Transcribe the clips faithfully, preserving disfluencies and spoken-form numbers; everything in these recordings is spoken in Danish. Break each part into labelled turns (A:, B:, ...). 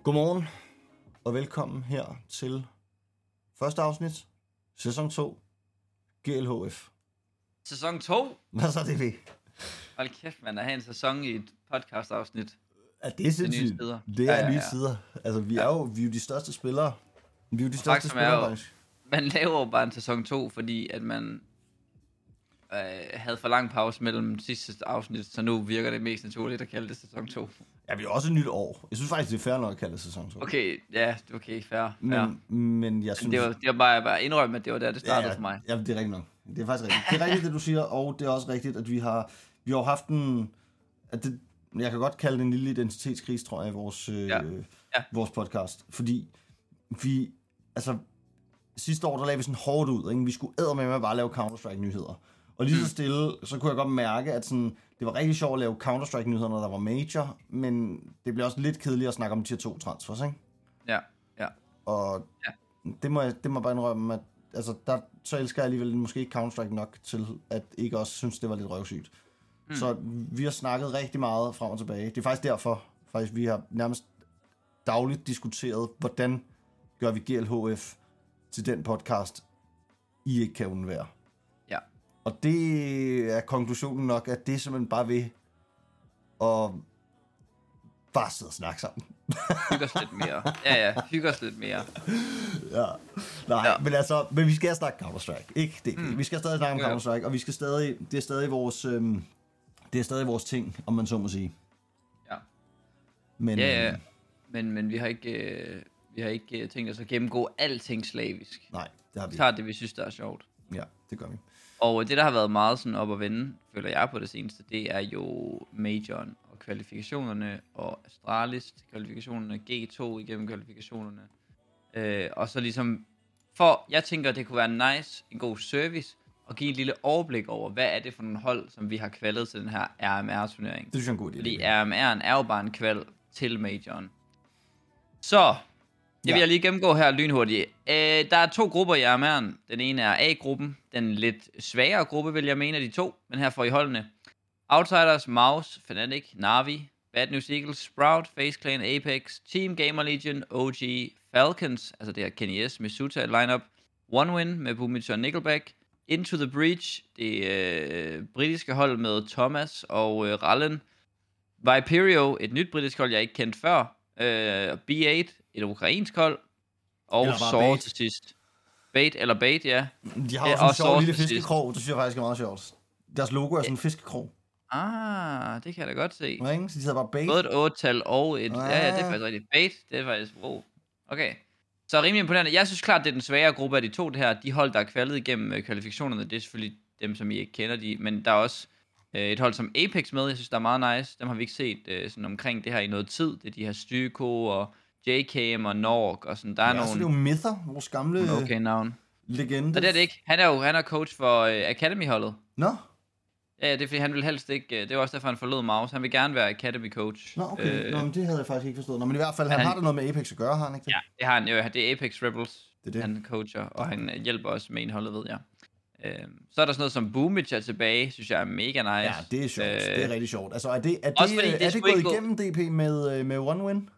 A: Godmorgen og velkommen her til første afsnit, sæson to, G L H F.
B: Sæson to?
A: Hvad så det ved?
B: Hold kæft, man, at have en sæson i et podcast-afsnit.
A: Ja, det er sindssygt.
B: Det er
A: Det er
B: ja, ja,
A: nye
B: ja.
A: sider. Altså, vi er jo, vi er jo de største spillere. Vi er jo de største
B: Faktum er
A: spillere,
B: jo-
A: faktisk.
B: Man laver jo bare en sæson to, fordi at man øh, havde for lang pause mellem sidste afsnit, så nu virker det mest naturligt at kalde det sæson to.
A: Ja, vi er også et nyt år. Jeg synes faktisk, det er fair nok at kalde det sæson to.
B: Okay, ja, det er okay, fair.
A: Men,
B: ja.
A: men jeg synes...
B: Men det var, det var bare, bare indrømme, at det var der, det startede
A: ja,
B: for mig.
A: Ja, det er rigtigt nok. Det er faktisk rigtigt. Det er rigtigt, det du siger, og det er også rigtigt, at vi har, vi har jo haft en... At det, jeg kan godt kalde det en lille identitetskrise, tror jeg, i vores, øh,
B: Ja. Ja.
A: vores podcast. Fordi vi... Altså, sidste år, der lavede vi sådan hårdt ud, ikke? Vi skulle eddermame med bare lave Counter-Strike-nyheder. Og lige så stille, så kunne jeg godt mærke, at sådan, det var rigtig sjovt at lave Counter-Strike-nyheder, når der var major, men det blev også lidt kedeligt at snakke om tier to transfers, ikke?
B: Ja, ja.
A: Og
B: Ja.
A: det må jeg, det må jeg bare indrømme, at altså, der, så elsker jeg alligevel måske ikke Counter-Strike nok til, at ikke også synes, det var lidt røvsygt. Mm. Så vi har snakket rigtig meget frem og tilbage. Det er faktisk derfor, faktisk, vi har nærmest dagligt diskuteret, hvordan gør vi G L H F til den podcast, I ikke kan undvære.
B: Ja.
A: Og det er konklusionen nok, at det er simpelthen bare ved at bare sidde og snakke sammen.
B: Hygge os lidt mere. Ja, ja, hygge os lidt mere.
A: Ja. Nej,
B: Ja.
A: ja. men altså, men vi skal snakke Counter-Strike, ikke det. Mm. Vi skal stadig snakke om
B: Ja.
A: Counter-Strike, og vi skal stadig, det er stadig vores, øhm, det er stadig vores ting, om man så må sige.
B: Ja.
A: Men,
B: Ja, ja.
A: øhm,
B: Men, men vi har ikke, øh, vi har ikke øh, tænkt os at gennemgå alting slavisk.
A: nej, det har vi
B: Vi
A: ikke.
B: tager det, vi synes, der er sjovt.
A: Ja, det gør vi.
B: Og det, der har været meget sådan op at vende, føler jeg på det seneste, det er jo majoren og kvalifikationerne, og Astralis kvalifikationerne, G to igennem kvalifikationerne. Øh, og så ligesom, for jeg tænker, det kunne være nice, en god service, og give et lille overblik over, hvad er det for nogle hold, som vi har kvalet til den her R M R-turnering.
A: Det synes jeg er en god idé.
B: Fordi R M R'en er jo bare en kval til majoren. Så, det vil
A: Ja.
B: jeg lige gennemgå her lynhurtigt. Øh, der er to grupper i R M R'en. Den ene er A-gruppen. Den lidt svagere gruppe, vil jeg mene, af de to. Men her får I holdene. Outsiders, Mouse, Fnatic, Na'Vi, Bad News Eagles, Sprout, FaZe Clan, Apex, Team Gamer Legion, O G, Falcons, altså det her Kenny S med Suta lineup, One Win med Boomitch og Nickelback, Into the Breach, det øh, britiske hold med Thomas og øh, Rallen, Viperio, et nyt britisk hold, jeg ikke kendt før, øh, B otte, et ukrainsk hold, og
A: Eller bare
B: Saw
A: Bait.
B: til sidst. Bait eller Bait, ja.
A: De har
B: Ja,
A: også en
B: og
A: sjov
B: så
A: lille
B: til sidst.
A: fiskekrog, det synes jeg faktisk er meget sjovt. Deres logo er sådan en fiskekrog.
B: Ah, det kan jeg da godt se.
A: Ja, ikke? Så de hedder bare bait.
B: Både et otte-tal og et...
A: Ah.
B: Ja, ja, det er faktisk rigtigt. Bait, det er faktisk... Wow. Okay. Så rimelig imponerende. Jeg synes klart, det er den svagere gruppe af de to, det her. De hold, der er kvalet igennem øh, kvalifikationerne, det er selvfølgelig dem, som I ikke kender de. Men der er også øh, et hold som Apex med, jeg synes, der er meget nice. Dem har vi ikke set øh, sådan omkring det her i noget tid. Det er de her Styko og J K M og Norg og sådan. Der er
A: Ja, så det er jo
B: nogle...
A: Mither, vores gamle
B: Okay, navn.
A: legende.
B: Og det er det ikke. Han er jo han er coach for øh, Academy-holdet.
A: Nå,
B: Ja, det er fordi, han vil helst ikke... øh, Det var også derfor, han forlod Mouse. Han vil gerne være Academy-coach.
A: Nå okay.
B: Øh,
A: Nå, men det havde jeg faktisk ikke forstået. Nå, men i hvert fald, han,
B: han-
A: har da noget med Apex at gøre, har han ikke det?
B: Ja, det har han jo. Det er Apex Rebels,
A: Det er det.
B: han coacher, og han øh, hjælper også med indholdet, ved jeg. Øhm, så er der sådan noget som Boomitch er tilbage, synes jeg er mega nice.
A: Ja, det er sjovt.
B: Øh,
A: Det er rigtig sjovt. Altså, er det, er
B: også
A: det,
B: fordi
A: er
B: det
A: det,
B: skulle
A: gået
B: ikke gå-
A: igennem D P med, øh, med One Win?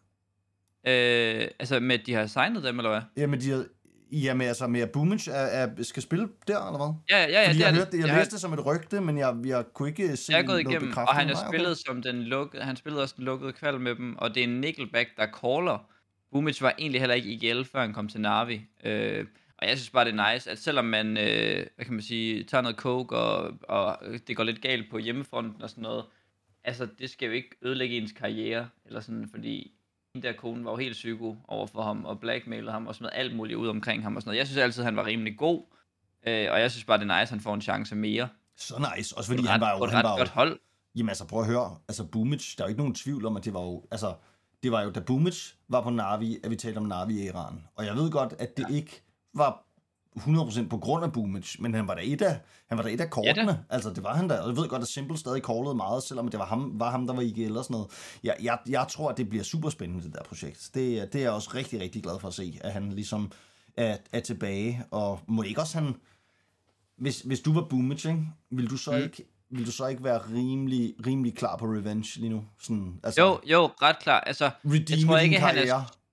B: Øh, altså med, at de har signet dem, eller hvad?
A: Jamen, de har, jamen, altså med at Boomitch er, er, skal spille der, eller hvad?
B: Ja, ja, ja.
A: Fordi
B: det
A: jeg,
B: er
A: hørte det, jeg
B: det har-
A: læste det som et rygte, men jeg, jeg kunne ikke se
B: Jeg er gået
A: noget
B: igennem,
A: bekræftet.
B: og han har
A: Nej, okay.
B: spillet som den lukkede, han spillede også den lukkede kval med dem, og det er Nickelback, der caller. Boomitch var egentlig heller ikke i G L, før han kom til Na'Vi. Øh, og jeg synes bare, det er nice, at selvom man, øh, hvad kan man sige, tager noget coke, og, og det går lidt galt på hjemmefronten og sådan noget, altså det skal jo ikke ødelægge ens karriere, eller sådan, fordi den der kone var jo helt psyko over for ham, og blackmailede ham, og smed alt muligt ud omkring ham og sådan noget. Jeg synes altid, han var rimelig god, øh, og jeg synes bare, det er nice, at han får en chance mere.
A: Så nice. Også fordi
B: På et
A: han
B: ret-
A: var
B: på
A: jo...
B: et
A: Han
B: ret
A: var jo
B: godt hold.
A: jamen altså, prøv at høre. Altså, Boomitch, der er jo ikke nogen tvivl om, at det var jo... Altså, det var jo, da Boomitch var på Na'Vi, at vi talte om Na'Vi-æraen. Og jeg ved godt, at det ja. ikke var hundrede procent på grund af Boomitch, men han var da et af, han var da et af kortene. Ja, altså, det var han der. Og jeg ved godt, at Simple stadig callede meget, selvom det var ham, var ham der var i G L og sådan noget. Jeg, jeg, jeg tror, at det bliver super spændende, det der projekt. Det, det er jeg også rigtig, rigtig glad for at se, at han ligesom er, er tilbage. Og må ikke også han... Hvis, hvis du var Boomitch, ikke? Vil du så mm. ikke... Vil du så ikke være rimelig, rimelig klar på revenge lige nu? Sådan, altså,
B: Jo, jo, ret klar. Altså, jeg tror ikke, han er,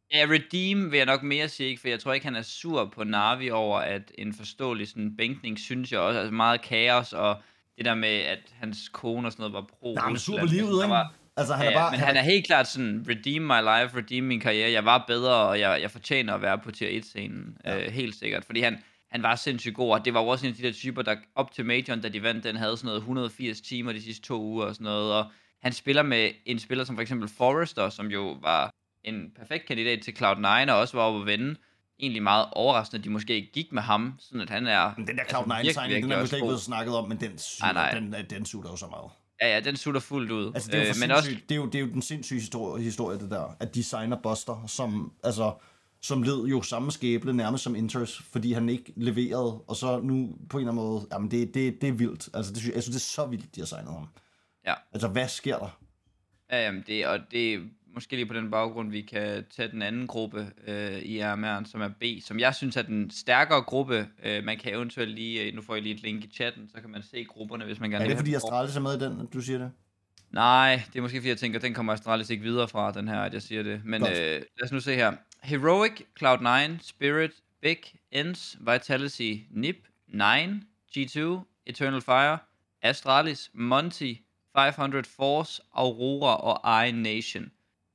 B: Ja, redeem vil jeg nok mere sige, ikke? For jeg tror ikke, han er sur på Na'Vi over, at en forståelig sådan bænkning, synes jeg også, altså meget kaos, og det der med, at hans kone og sådan noget var pro-Rusland.
A: Nej, men super livet, ikke?
B: Var,
A: Altså, han
B: ja,
A: er bare...
B: men
A: han,
B: han er helt klart sådan, redeem my life, redeem min karriere, jeg var bedre, og jeg, jeg fortjener at være på tier et-scenen, ja. øh, helt sikkert, fordi han, han var sindssygt god, og det var jo også en af de der typer, der op til majoren, da de vandt, den havde sådan noget et hundrede og firs timer de sidste to uger og sådan noget, og han spiller med en spiller som for eksempel Forrester, som jo var en perfekt kandidat til Cloud nine, og også var oppe at vinde. Egentlig meget overraskende, at de måske ikke gik med ham, sådan at han er...
A: Men den der Cloud nine-signing, altså, den har vi slet ikke blevet snakket om, men den sutter, nej, nej. Den, den sutter jo så meget.
B: Ja, ja, den sutter fuldt ud.
A: Altså, det er jo, øh, men også... det er jo, det er jo den sindssyge historie, historie, det der, at de signer Buster, som, altså, som led jo samme skæbne, nærmest som Inters, fordi han ikke leverede, og så nu på en eller anden måde, jamen det, det, det er vildt. Altså, det, jeg synes, det er så vildt, de har signet ham.
B: Ja.
A: Altså, hvad sker der?
B: Ja, jamen det, og det er måske lige på den baggrund, vi kan tage den anden gruppe øh, i R M R'en, som er B, som jeg synes er den stærkere gruppe. Øh, man kan eventuelt lige, nu får jeg lige et link i chatten, så kan man se grupperne, hvis man gerne vil.
A: Er det fordi Astralis er med i den, du siger det?
B: Nej, det er måske fordi jeg tænker, at den kommer Astralis ikke videre fra, den her, at jeg siger det. Men øh, lad os nu se her. Heroic, Cloud nine, Spirit, Big, Ents, Vitality, Nip, nine, G to, Eternal Fire, Astralis, Monty, fem hundrede Force, Aurora og Iron Nation.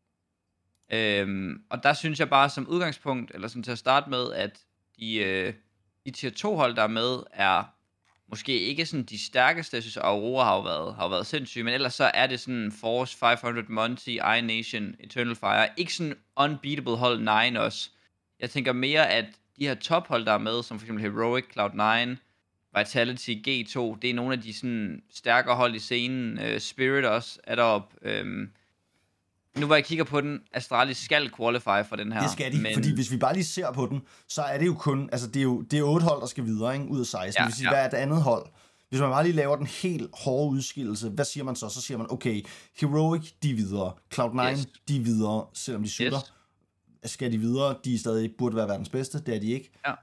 B: Øhm, og der synes jeg bare som udgangspunkt, eller sådan til at starte med, at de, øh, de tier to hold, der er med, er måske ikke sådan de stærkeste. Jeg synes, Aurora har jo været, har jo været sindssyg, men ellers så er det sådan Force, fem hundrede Monty, Iron Nation, Eternal Fire. Ikke sådan unbeatable hold nine også. Jeg tænker mere, at de her tophold, der er med, som for eksempel Heroic, Cloud nine, Vitality, G to, det er nogle af de sådan stærkere hold i scenen. Uh, Spirit også er deroppe. Um, nu hvor jeg kigger på den, Astralis skal qualify for den her.
A: Det skal de, men... fordi hvis vi bare lige ser på den, så er det jo kun, altså det er jo det er otte hold, der skal videre, ikke? Ud af seksten. Ja, hvis ja. Hvad er det andet hold? Hvis man bare lige laver den helt hårde udskillelse, hvad siger man så? Så siger man, okay, Heroic, de er videre. Cloud nine, yes. de er videre, selvom de sutter. Yes. Skal de videre? De stadig burde være verdens bedste, det er de ikke. Ja.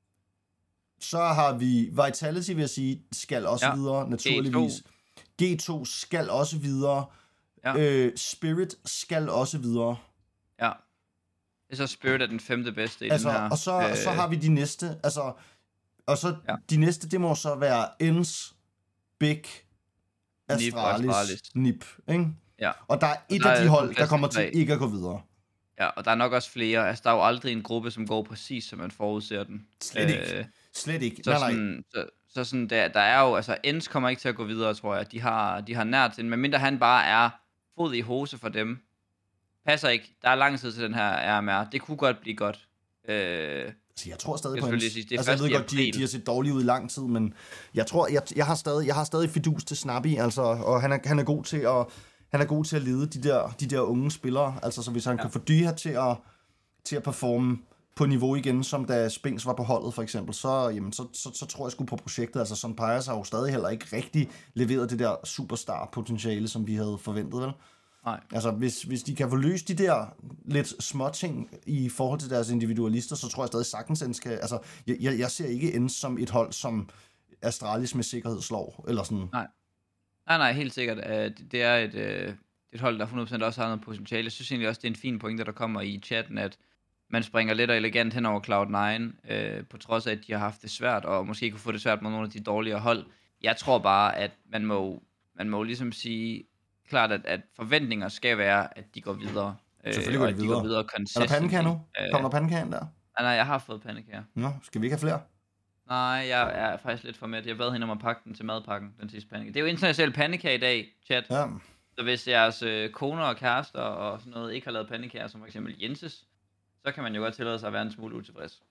A: Så har vi Vitality, vil jeg sige, skal også ja. videre, naturligvis. G to. G to skal også videre. Ja. Øh, Spirit skal også videre.
B: Ja. Det er så Spirit er den femte bedste i
A: altså,
B: den her.
A: Og så, øh... så har vi de næste, altså, og så ja. de næste, det må så være Ents, Big, Astralis, Nip, Astralis. Nip, ikke? Ja. Og der er et der af de hold, der kommer til ikke at gå videre.
B: Ja, og der er nok også flere. Altså, der er jo aldrig en gruppe, som går præcis, som man forudser den.
A: Slet ikke. Øh, Slet ikke.
B: Så, nej, sådan, nej. så, så sådan, der, der er jo, altså, Ents kommer ikke til at gå videre, tror jeg. De har, de har nært til, medmindre han bare er fod i hose for dem. Passer ikke. Der er lang tid til den her R M R. Det kunne godt blive godt. Øh,
A: altså, jeg tror stadig på Ents. Altså, jeg ved godt, de, de har set dårligt ud i lang tid, men jeg tror, jeg, jeg, har, stadig, jeg har stadig fidus til Snappy, altså, og han er, han er god til at, han er god til at lede de der, de der unge spillere. Altså, så hvis han ja. kan få Dyha til at, til at performe på niveau igen, som da Spinks var på holdet for eksempel, så, jamen, så, så, så tror jeg sgu på projektet. Altså, Son Pyres har jo stadig heller ikke rigtig leveret det der superstar-potentiale, som vi havde forventet, vel?
B: Nej.
A: Altså, hvis, hvis de kan få løst de der lidt små ting i forhold til deres individualister, så tror jeg stadig sagtens, at skal, altså, jeg, jeg, jeg ser ikke Ents som et hold, som Astralis med sikkerhed slår, eller sådan.
B: Nej, nej, nej helt sikkert. Det er et, et hold, der hundrede procent også har noget potentiale. Jeg synes egentlig også, det er en fin pointe, der kommer i chatten, at man springer lidt og elegant hen over Cloud nine, øh, på trods af, at de har haft det svært, og måske kunne få det svært med nogle af de dårligere hold. Jeg tror bare, at man må, man må ligesom sige klart, at, at forventninger skal være, at de går videre.
A: Øh, Selvfølgelig går de videre. De går videre er der pandekager nu? Kommer der pandekager der?
B: Nej, nej, jeg har fået pandekager.
A: Nå, skal vi ikke have flere?
B: Nej, jeg er faktisk lidt for med. Jeg bad hende om at pakke den til madpakken, den sidste pandekage. Det er jo international pandekage i dag, chat. Ja. Så hvis jeres øh, koner og kærester og sådan noget ikke har lavet pandekager, som for eksempel Jenses, så kan man jo godt tillade sig at være en smule utilfreds.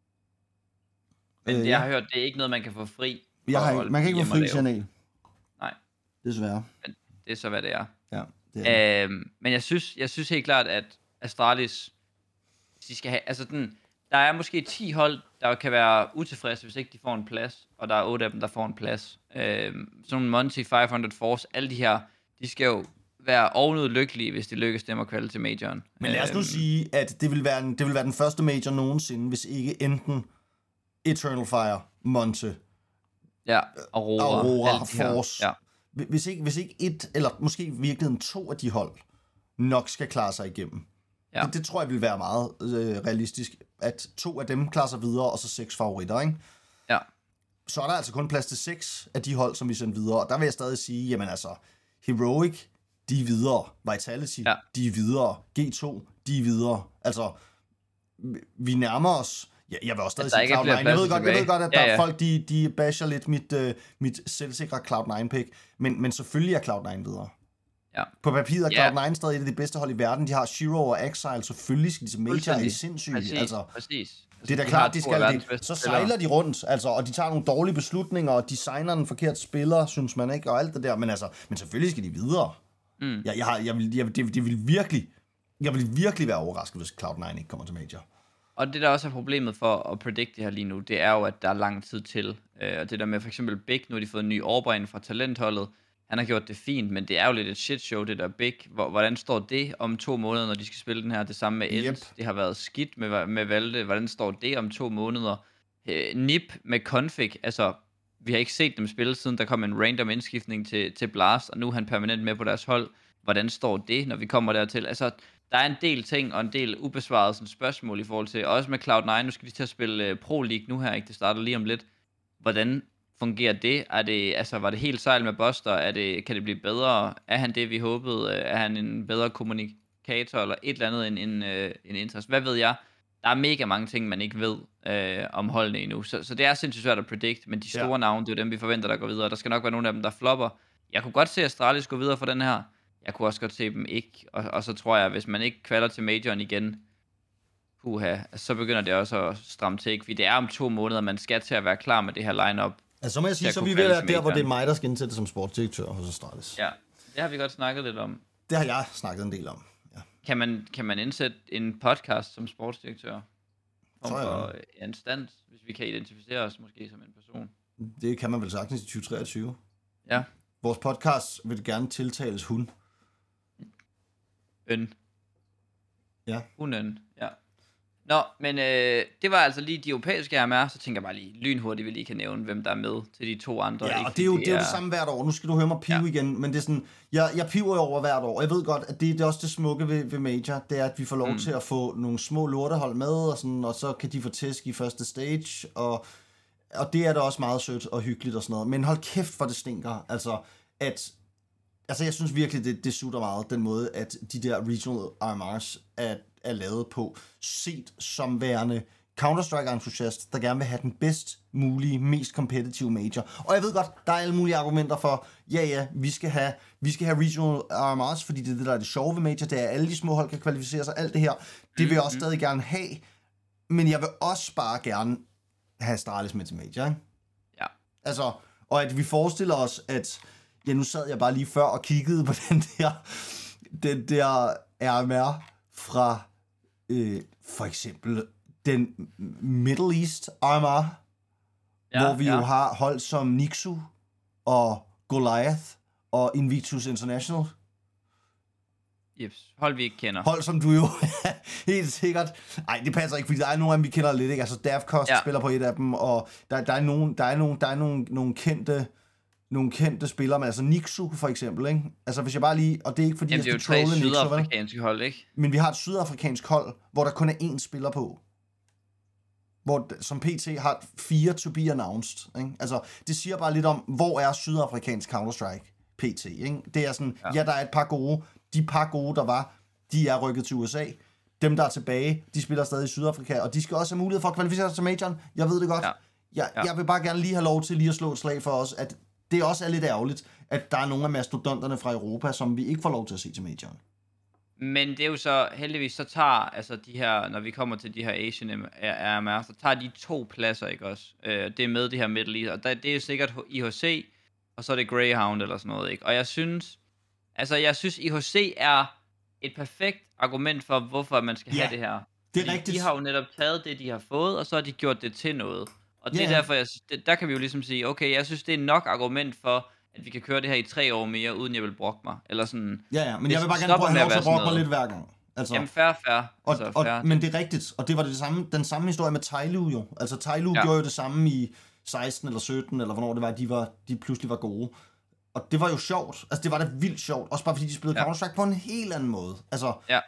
B: Men øh, det, jeg har hørt, det er ikke noget, man kan få fri.
A: Jeg har ikke, man kan ikke få fri channel.
B: Nej.
A: Desværre.
B: Men det er så, hvad det er.
A: Ja, det er
B: øhm, men jeg synes, jeg synes helt klart, at Astralis, de skal have, altså den, der er måske ti hold, der kan være utilfredse, hvis ikke de får en plads, og der er otte af dem, der får en plads. Øhm, sådan nogle Monty, fem hundrede Force, alle de her, de skal jo være ovenud lykkelige, hvis det lykkes dem at kvalde til majoren.
A: Men lad os nu øhm, sige, at det vil, være en, det vil være den første major nogensinde, hvis ikke enten Eternal Fire, Monte,
B: ja, Aurora,
A: Aurora Force. Ja. Hvis ikke, hvis ikke et, eller måske virkelig to af de hold, nok skal klare sig igennem. Ja. Det, det tror jeg vil være meget øh, realistisk, at to af dem klarer sig videre, og så seks favoritter, ikke?
B: Ja.
A: Så er der altså kun plads til seks af de hold, som vi sender videre, og der vil jeg stadig sige, jamen altså, Heroic, de er videre, Vitality, ja. de er videre, G to, de er videre, altså, vi nærmer os. Ja, jeg vil også stadig sige Cloud nine. Jeg ved, godt, jeg ved godt, at der ja, ja. er folk, de, de basher lidt mit, uh, mit selvsikre Cloud nine pick, men, men selvfølgelig er Cloud nine videre.
B: Ja.
A: På papiret er Cloud nine stadig et af de bedste hold i verden. De har Shiro og Exile, selvfølgelig skal de til Major, er de sindssyge.
B: Præcis,
A: altså,
B: præcis.
A: Det er da klart, de skal det. Så sejler de rundt, altså, og de tager nogle dårlige beslutninger, og designer en forkert spiller, synes man ikke, og alt det der, men altså, men selvfølgelig skal de videre. Mm. Jeg, jeg, har, jeg, vil, jeg, det, det vil virkelig, jeg vil virkelig være overrasket, hvis Cloud nine ikke kommer til Major.
B: Og det der også er problemet for at predict det her lige nu, det er jo, at der er lang tid til. Øh, og det der med for eksempel Big, nu har de fået en ny overbrænd fra talentholdet. Han har gjort det fint, men det er jo lidt et shit show, det der Big. Hvordan står det om to måneder, når de skal spille den her? Det samme med Ent. Yep. Det har været skidt med, med Valde. Hvordan står det om to måneder? Øh, Nip med Config, altså, vi har ikke set dem spille, siden der kom en random indskiftning til, til Blast, og nu er han permanent med på deres hold. Hvordan står det, når vi kommer dertil? Altså, der er en del ting og en del ubesvarede sådan, spørgsmål i forhold til, også med Cloud nine, nu skal de til at spille uh, Pro League nu her, ikke? Det starter lige om lidt. Hvordan fungerer det? Er det, altså, var det helt sejl med Buster? Er det, kan det blive bedre? Er han det, vi håbede? Er han en bedre kommunikator, eller et eller andet end en, uh, en interest? Hvad ved jeg? Der er mega mange ting, man ikke ved uh, om holdene endnu, så, så det er sindssygt svært at predict, men de store ja. navne, det er dem, vi forventer, der går videre. Der skal nok være nogle af dem, der flopper. Jeg kunne godt se Astralis gå videre for den her. Jeg kunne også godt se dem ikke, og, og så tror jeg, hvis man ikke kvalder til majoren igen, puha, så begynder det også at stramme til, fordi det er om to måneder, man skal til at være klar med det her line-up.
A: Altså, så må jeg sige, så vi vil være der, hvor det er mig, der skal indsætte som sportsdirektør hos Astralis.
B: Ja, det har vi godt snakket lidt om.
A: Det har jeg snakket en del om, ja.
B: Kan man, kan man indsætte en podcast som sportsdirektør? Tror jeg. For en stand, hvis vi kan identificere os måske som en person?
A: Det kan man vel sagtens i tyve treogtyve.
B: Ja.
A: Vores podcast vil gerne tiltales hun.
B: Øn.
A: Ja.
B: Hunden, ja. Nå, men øh, det var altså lige de europæiske R M R, så tænker jeg bare lige lynhurtigt, vi lige kan nævne, hvem der er med til de to andre.
A: Ja, og det er jo det, er jo det samme hvert år. Nu skal du høre mig pive ja. igen, men det er sådan, jeg, jeg piver over hvert år. Jeg ved godt, at det, det er også det smukke ved, ved Major, det er, at vi får lov mm. til at få nogle små lortehold med, og, sådan, og så kan de få tæsk i første stage, og, og det er da også meget sødt og hyggeligt og sådan noget. Men hold kæft, for det stinker, altså, at Altså, jeg synes virkelig, det, det sutter meget, den måde, at de der regional R M R's er, er lavet på, set som værende Counter-Strike-entusiast, der gerne vil have den bedst mulige, mest competitive major. Og jeg ved godt, der er alle mulige argumenter for, ja ja, vi skal have, vi skal have regional R M R's, fordi det er det, der er det sjove ved major, det er, at alle de små hold kan kvalificere sig, alt det her. Det vil jeg også stadig gerne have, men jeg vil også bare gerne have Astralis med til major, ikke?
B: Ja.
A: Altså, og at vi forestiller os, at ja, nu sad jeg bare lige før og kiggede på den der, den der R M R fra øh, for eksempel den Middle East R M R, ja, hvor vi ja. jo har hold som Nixu og Goliath og Invictus International.
B: Jeps, hold vi ikke kender.
A: Hold som du jo helt sikkert. Ej, det passer ikke, fordi der er nogle af dem, vi kender lidt, ikke? Altså Davcost ja. spiller på et af dem, og der, der er nogle, der er nogle, der er nogle, nogle kendte nogle kendte spillere, men altså Nixu for eksempel, ikke? Altså hvis jeg bare lige, og det er ikke fordi,
B: jamen,
A: jeg skal trolle Nixu,
B: det er jo tre sydafrikanske hold, ikke?
A: Men vi har et sydafrikansk hold, hvor der kun er én spiller på. Hvor som P T har fire to be announced, ikke? Altså det siger bare lidt om, hvor er sydafrikansk Counter-Strike P T, ikke? Det er sådan, ja. ja, der er et par gode, de par gode, der var, de er rykket til U S A. Dem, der er tilbage, de spiller stadig i Sydafrika, og de skal også have mulighed for at kvalificere sig til majoren. Jeg ved det godt. Ja. Jeg, ja. jeg vil bare gerne lige have lov til lige at slå et slag for os, at det også er lidt ærgerligt, at der er nogle af mastodonterne fra Europa, som vi ikke får lov til at se til majoren.
B: Men det er jo så, heldigvis, så tager, altså de her, når vi kommer til de her Asian R M R, så tager de to pladser, ikke også? Øh, det er med det her Middle East, og der, det er sikkert I H C, og så er det Greyhound eller sådan noget, ikke? Og jeg synes, altså jeg synes, I H C er et perfekt argument for, hvorfor man skal ja, have det her.
A: Det er rigtigt.
B: De har jo netop taget det, de har fået, og så har de gjort det til noget. Og det yeah. er derfor, jeg, det, der kan vi jo ligesom sige, okay, jeg synes, det er nok argument for, at vi kan køre det her i tre år mere, uden jeg vil brokke mig. Eller sådan,
A: ja, ja, men jeg vil bare gerne prøve at, at brokke mig lidt hver gang. Altså,
B: jamen, fair, fair.
A: Og,
B: altså,
A: og,
B: fair.
A: Men det er rigtigt, og det var det samme, den samme historie med Tailu jo. Altså Tailu ja. gjorde jo det samme i seksten eller sytten, eller hvornår det var, de, var, de pludselig var gode. Og det var jo sjovt. Altså det var da vildt sjovt, også bare fordi de spillede ja. Counter-Strike på en helt anden måde. Altså,
B: ja.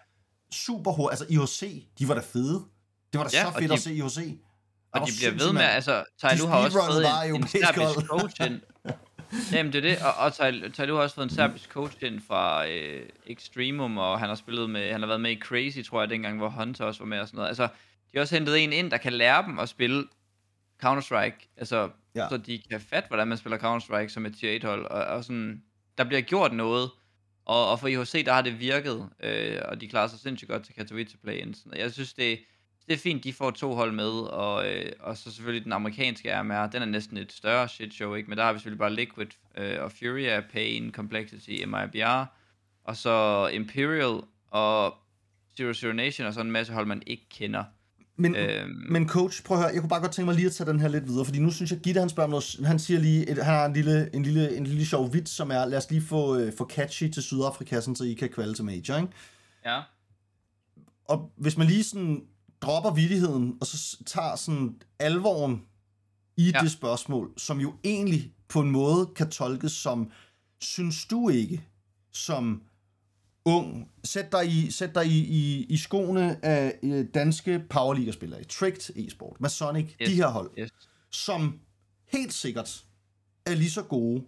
A: super hurtigt. Altså I H C, de var da fede. Det var da
B: Ja,
A: så
B: og
A: fedt
B: de-
A: at se I H C.
B: Og
A: Og
B: de
A: hvor
B: bliver ved
A: sindssygt,
B: med,
A: mand.
B: altså,
A: De
B: Tyloo har også
A: speedrunnede
B: fået
A: bare
B: en, en
A: europæisk
B: serbisk
A: hold.
B: coach ind. Jamen, det er det, og, og Ty- Tyloo har også fået en serbisk coach ind fra øh, Extremum, og han har spillet med, han har været med i Crazy, tror jeg, dengang, hvor Hunter også var med og sådan noget. Altså, de har også hentet en ind, der kan lære dem at spille Counter-Strike, altså,
A: Ja.
B: så de kan fatte, hvordan man spiller Counter-Strike som et tier otte hold, og, og sådan, der bliver gjort noget, og, og for I H C, der har det virket, øh, og de klarer sig sindssygt godt til Katowice play-in. Jeg synes, det, det er fint, de får to hold med, og, øh, og så selvfølgelig den amerikanske R M R, den er næsten et større shit show, ikke? Men der har vi selvfølgelig bare Liquid øh, og Furia, Pain, Complexity, M I B R, og så Imperial og Zero Zero Nation, og så en masse hold, man ikke kender.
A: Men,
B: Øhm.
A: men coach, prøv at høre, jeg kunne bare godt tænke mig lige at tage den her lidt videre, fordi nu synes jeg, Gitte han spørger om noget, han siger lige, et, han har en lille, en, lille, en lille sjov vits, som er, lad os lige få, øh, få Catchy til Sydafrika, sådan, så I kan kvalde til major, ikke?
B: Ja.
A: Og hvis man lige sådan dropper vittigheden, og så tager sådan alvoren i
B: Ja.
A: det spørgsmål, som jo egentlig på en måde kan tolkes som, synes du ikke, som ung, sæt dig i, sæt dig i, i, i skoene af øh, danske powerliga-spillere, Tricked e-sport, Masonic,
B: Yes.
A: de her hold,
B: Yes.
A: som helt sikkert er lige så gode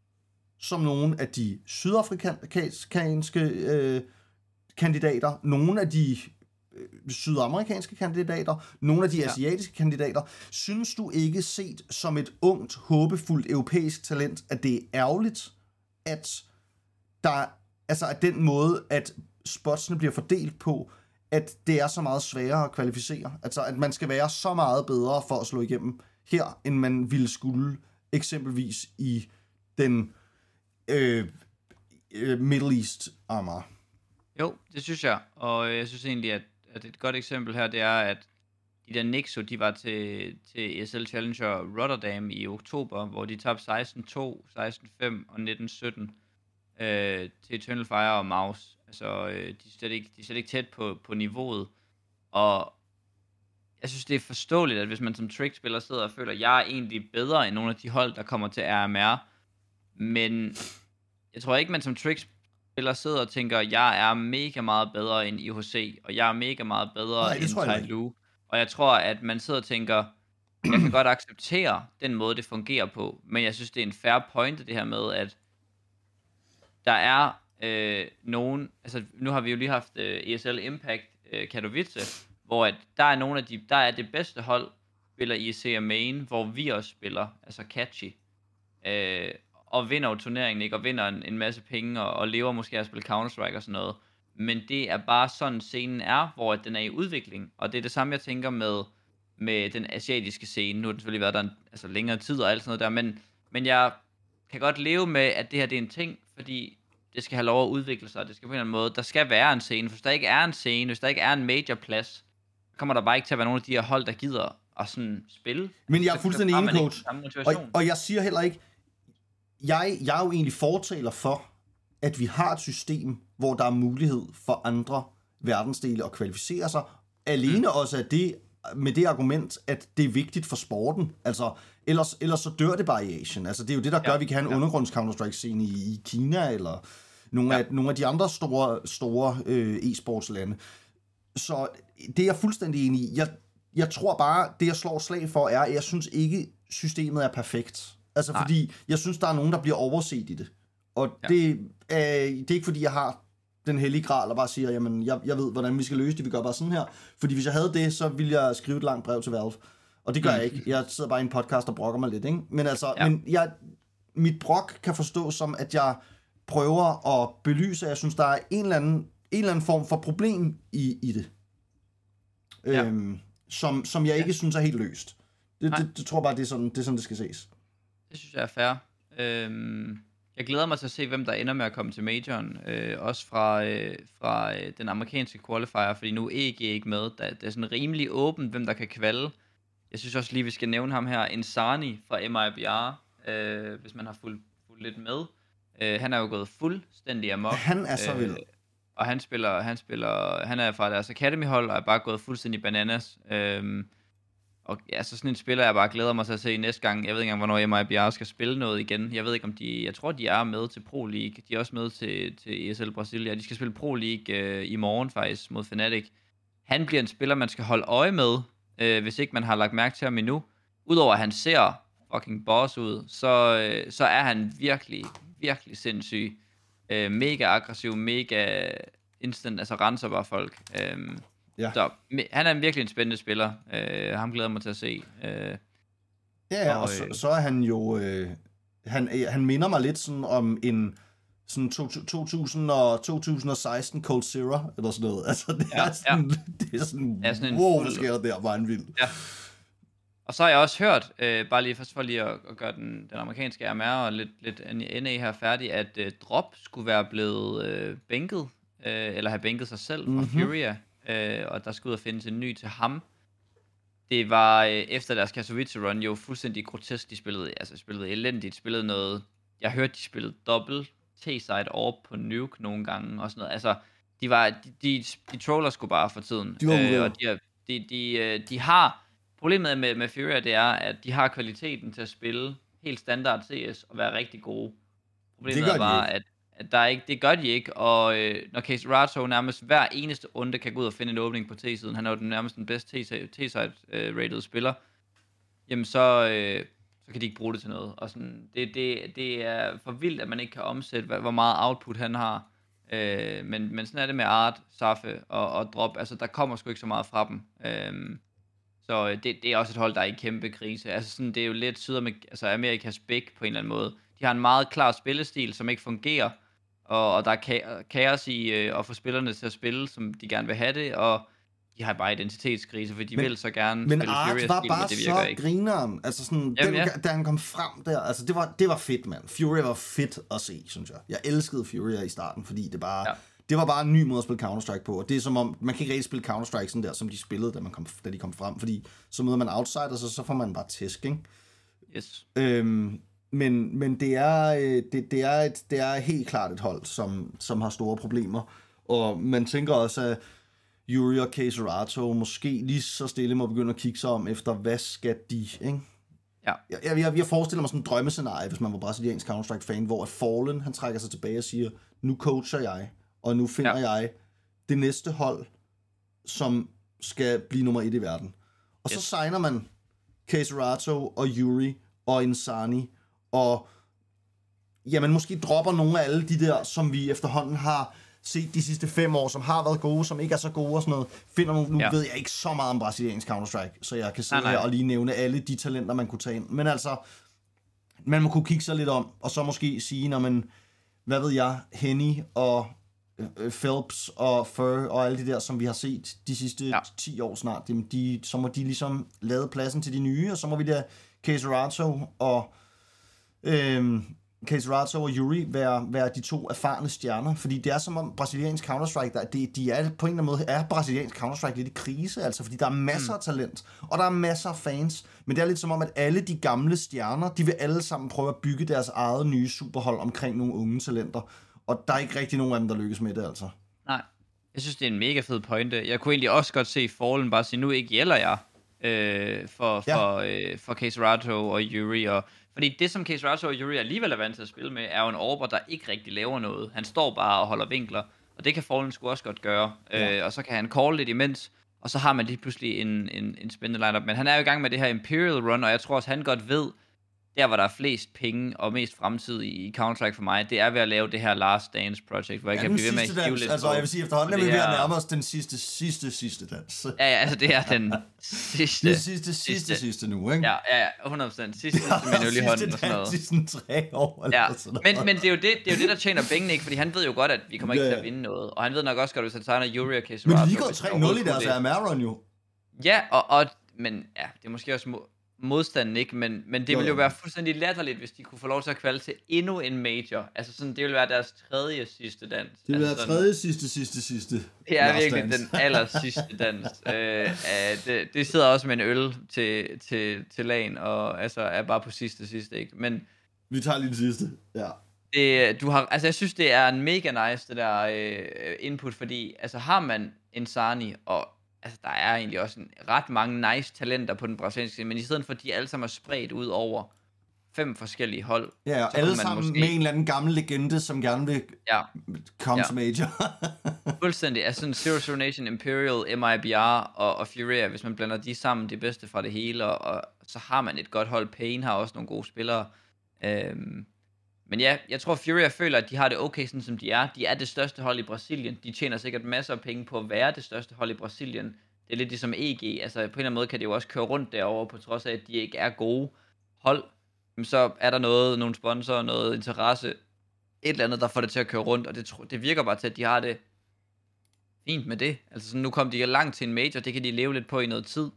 A: som nogle af de sydafrikanske øh, kandidater, nogle af de øh, sydamerikanske kandidater, nogle af de
B: Ja.
A: asiatiske kandidater. Synes du ikke, set som et ungt, håbefuldt europæisk talent, at det er ærgerligt, at der, altså at den måde, at spotsene bliver fordelt på, at det er så meget sværere at kvalificere? Altså at man skal være så meget bedre for at slå igennem her, end man ville skulle eksempelvis i den øh, øh, Middle East armor.
B: Jo, det synes jeg, og jeg synes egentlig, at, at et godt eksempel her, det er, at de der Nixo, de var til, til E S L Challenger Rotterdam i oktober, hvor de tabte seksten to, seksten fem og nitten sytten øh, til Eternal Fire og Mouse. Altså, øh, de, er slet ikke, de er slet ikke tæt på, på niveauet, og jeg synes, det er forståeligt, at hvis man som Trick-spiller sidder og føler, at jeg er egentlig bedre end nogle af de hold, der kommer til R M R, men jeg tror ikke, man som Trick-spiller sidder og tænker, at jeg er mega meget bedre end I H C, og jeg er mega meget bedre
A: Nej, det tror jeg
B: end
A: ikke.
B: Tyloo. Og jeg tror, at man sidder og tænker, jeg kan godt acceptere den måde, det fungerer på, men jeg synes, det er en fair point, det her med, at der er øh, nogen, altså nu har vi jo lige haft øh, E S L Impact øh, Katowice, hvor at der er nogle af de, der er det bedste hold, spiller I C og Main, hvor vi også spiller, altså Catchy, øh, og vinder jo turneringen, ikke, og vinder en, en masse penge, og, og lever måske af at spille Counter-Strike og sådan noget, men det er bare sådan scenen er, hvor den er i udvikling, og det er det samme, jeg tænker med, med den asiatiske scene. Nu har den selvfølgelig været der en, altså længere tid og alt sådan noget der, men, men jeg kan godt leve med, at det her det er en ting, fordi det skal have lov at udvikle sig, det skal på en eller anden måde, der skal være en scene, for hvis der ikke er en scene, hvis der ikke er en major plads, så kommer der bare ikke til at være nogen af de her hold, der gider at sådan spille.
A: Men jeg er
B: Så
A: fuldstændig
B: har
A: enig,
B: man ikke
A: coach.
B: den samme
A: Og,
B: motivation.
A: og jeg siger heller ikke, jeg, jeg er jo egentlig fortaler for, at vi har et system, hvor der er mulighed for andre verdensdele at kvalificere sig. Alene mm. også af det, med det argument, at det er vigtigt for sporten. Altså, ellers, ellers så dør det bare i Asien. Altså, det er jo det, der gør,
B: Ja,
A: at vi kan have en
B: ja.
A: undergrunds Counter-Strike-scene i, i Kina, eller nogle,
B: Ja.
A: af, nogle af de andre store, store øh, e-sportslande. Så det er jeg fuldstændig enig i. Jeg, jeg tror bare, det jeg slår et slag for, er, at jeg synes ikke, systemet er perfekt. Altså,
B: Nej.
A: fordi jeg synes, der er nogen, der bliver overset i det. Og
B: Ja.
A: det, er, det er ikke, fordi jeg har den hellige gral, og bare siger, jamen, jeg, jeg ved, hvordan vi skal løse det, vi gør bare sådan her. Fordi hvis jeg havde det, så ville jeg skrive et langt brev til Valve. Og det gør jeg ikke. Jeg sidder bare i en podcast og brokker mig lidt, ikke? Men altså,
B: Ja.
A: men jeg, mit brok kan forstås som, at jeg prøver at belyse, at jeg synes, der er en eller anden, en eller anden form for problem i, i det.
B: Ja.
A: Øhm, som, som jeg ikke
B: Ja.
A: synes er helt løst. Det,
B: Nej.
A: det, det tror jeg bare, det er, sådan, det er sådan, det skal ses.
B: Det synes jeg er fair. Øhm, jeg glæder mig til at se, hvem der ender med at komme til majoren. Øh, også fra, øh, fra øh, den amerikanske qualifier, fordi nu er E G ikke med. Der, det er sådan rimelig åbent, hvem der kan kvalde. Jeg synes også lige, vi skal nævne ham her, Insani fra M I B R, øh, hvis man har fulgt, fulgt lidt med. Øh, han er jo gået fuldstændig amok.
A: Han er så vild.
B: Øh, og han spiller, han spiller, han er fra deres academy-hold, og er bare gået fuldstændig bananas. Øhm, og ja, så sådan en spiller, jeg bare glæder mig til at se næste gang. Jeg ved ikke engang, hvornår M I B R skal spille noget igen. Jeg ved ikke, om de... Jeg tror, de er med til Pro League. De er også med til, til E S L Brasilia. De skal spille Pro League øh, i morgen faktisk mod Fnatic. Han bliver en spiller, man skal holde øje med, øh, hvis ikke man har lagt mærke til ham endnu. Udover at han ser fucking boss ud, så, øh, så er han virkelig, virkelig sindssyg. Øh, mega aggressiv, mega instant, altså renser bare folk. Øh, Ja. Så han er virkelig en spændende spiller. Øh, ham glæder mig til at se. Øh,
A: ja, ja, og, og så, så er han jo... Øh, han, han minder mig lidt sådan om en sådan to tusind og to tusind og seksten Cold Zero, eller sådan noget. Altså, det ja, er sådan... Ja. Det er sådan, ja, sådan wow, hvad sker der? Var en vild. Ja.
B: Og så har jeg også hørt, øh, bare lige først for lige at, at gøre den, den amerikanske R M R og lidt, lidt N A her færdig, at øh, Drop skulle være blevet øh, bænket, øh, eller have bænket sig selv fra mm-hmm. Furia. Øh, og der skulle ud og findes en ny til ham. Det var øh, efter deres Katowice-run jo fuldstændig grotesk. De spillede, altså spillede elendigt, spillede noget... Jeg hørte, de spillede dobbelt T-side over på Nuke nogle gange og sådan noget. Altså, de var... De, de, de troller sgu bare for tiden.
A: De var øh,
B: og de, de, de, de har... Problemet med, med Furia, det er, at de har kvaliteten til at spille helt standard C S og være rigtig gode. Problemet er bare, at at der ikke, det gør de ikke, og øh, når KazeRato nærmest hver eneste runde kan gå ud og finde en åbning på T-siden, han er jo den nærmest den bedste T-side-rated spiller, jamen så, øh, så kan de ikke bruge det til noget. Og sådan, det, det, det er for vildt, at man ikke kan omsætte, hvor meget output han har. Øh, men, men sådan er det med Art, Saffe og, og Drop. Altså, der kommer sgu ikke så meget fra dem. Øh, så det, det er også et hold, der er i kæmpe krise. Altså, sådan, det er jo lidt Sydamerika, altså Amerikas Big på en eller anden måde. De har en meget klar spillestil, som ikke fungerer. Og, og der er kaos i øh, at få spillerne til at spille, som de gerne vil have det, og de har bare identitetskrise, for de men, vil så gerne
A: men
B: spille
A: Art
B: Furia
A: var
B: stil,
A: bare
B: men det virker
A: så
B: ikke.
A: Grineren, altså sådan,
B: Jamen,
A: den,
B: ja.
A: da han kom frem der, altså det var, det var fedt, mand. Furia var fedt at se, synes jeg. Jeg elskede Furia i starten, fordi det bare, ja. det var bare en ny måde at spille Counter-Strike på, og det er som om, man kan ikke rigtig spille Counter-Strike sådan der, som de spillede, da, man kom, da de kom frem, fordi så møder man outsiders, og så får man bare tæsk, ikke?
B: Yes.
A: Øhm, Men, men det, er, det, det, er et, det er helt klart et hold, som, som har store problemer. Og man tænker også, at Yuri og KazeRato måske lige så stille må begynde at kigge sig om efter, hvad skal de, ikke?
B: Ja.
A: Jeg, jeg, jeg, jeg forestiller mig sådan en drømmescenarie, hvis man var brasiliansk Counter-Strike-fan, hvor Fallen, han trækker sig tilbage og siger, nu coacher jeg, og nu finder ja. jeg det næste hold, som skal blive nummer et i verden. Og yes. så signer man KazeRato og Yuri og Insani, og jamen måske dropper nogle af alle de der, som vi efterhånden har set de sidste fem år, som har været gode, som ikke er så gode og sådan noget. Finder nogle, nu ja. ved jeg ikke så meget om brasiliansk Counter-Strike, så jeg kan sidde nej, nej. her og lige nævne alle de talenter, man kunne tage ind. Men altså, man må kunne kigge sig lidt om, og så måske sige, når man, hvad ved jeg, Henny og øh, Phelps og Fur og alle de der, som vi har set de sidste ja. ti år snart, de, de, så må de ligesom lade pladsen til de nye, og så må vi der KazeRato og Øhm, KazeRato og Yuri være, være de to erfarne stjerner, fordi det er som om brasiliansk Counter-Strike, der, de, de er på en eller anden måde, er brasiliansk Counter-Strike lidt i krise, altså fordi der er masser af talent, og der er masser af fans, men det er lidt som om, at alle de gamle stjerner, de vil alle sammen prøve at bygge deres eget nye superhold omkring nogle unge talenter, og der er ikke rigtig nogen af dem, der lykkes med det, altså.
B: Nej, jeg synes, det er en mega fed pointe. Jeg kunne egentlig også godt se Fallen bare sige, nu ikke gælder jeg øh, for, for, ja. øh, for KazeRato og Yuri, og fordi det, som KazeRato og Yuri alligevel er vant til at spille med, er jo en Orber, der ikke rigtig laver noget. Han står bare og holder vinkler, og det kan Fallen sgu også godt gøre. Ja. Øh, og så kan han call lidt imens, og så har man lige pludselig en, en, en spændende lineup. Men han er jo i gang med det her Imperial Run, og jeg tror også, han godt ved, der hvor der er flest penge og mest fremtid i, i Counter-Strike for mig, det er ved at lave det her Last Dance Project, hvor jeg ja, kan blive ved med at hive lidt.
A: Altså, jeg vil sige, efterhånden er vi ved at nærme os den sidste, sidste, sidste dans.
B: Ja, ja, altså det er den sidste,
A: det sidste, sidste, sidste, sidste nu, ikke?
B: Ja, ja, hundrede procent. Sidste, sidste med en øl i hånden og sådan noget.
A: Sidste tre år, eller
B: ja.
A: sådan
B: noget. Men, men det er jo det, det er jo det, der tjener pengene, ikke? Fordi han ved jo godt, at vi kommer ikke ja. til at vinde noget. Og han ved nok også godt, hvis han tegner Yuri og KazeRato.
A: Men de lige går tre nul i deres R M R-run jo.
B: Ja, og, og, men ja, det er måske også modstanden, ikke? Men, men det jo, ville jo være fuldstændig latterligt, hvis de kunne få lov til at kvalde til endnu en major. Altså sådan, det ville være deres tredje sidste dans.
A: Det ville
B: altså
A: være tredje sidste, sidste, sidste.
B: Det er virkelig dans. Den aller sidste dans. øh, uh, det, det sidder også med en øl til, til, til lagen, og altså er bare på sidste, sidste, ikke? Men
A: vi tager lige den sidste, ja.
B: Det, du har, altså jeg synes, det er en mega nice, det der øh, input, fordi altså har man Insani og altså, der er egentlig også en, ret mange nice talenter på den brasilianske scene, men i stedet for, at de alle sammen er spredt ud over fem forskellige hold.
A: Ja, og alle sammen måske... med en eller anden gammel legende, som gerne vil
B: ja.
A: komme
B: ja.
A: til major.
B: Fuldstændig. Altså sådan Zero Zero Nation, Imperial, M I B R og, og Furia, hvis man blander de sammen, det bedste fra det hele, og, og så har man et godt hold. Pain har også nogle gode spillere. Øhm, men ja, jeg tror Furia føler, at de har det okay, sådan som de er. De er det største hold i Brasilien. De tjener sikkert masser af penge på at være det største hold i Brasilien. Det er lidt ligesom E G. Altså på en eller anden måde kan det jo også køre rundt derovre, på trods af, at de ikke er gode hold. Så er der noget, nogle sponsorer, noget interesse, et eller andet, der får det til at køre rundt, og det, det virker bare til, at de har det fint med det. Altså sådan, nu kom de langt til en major, det kan de leve lidt på i noget tid.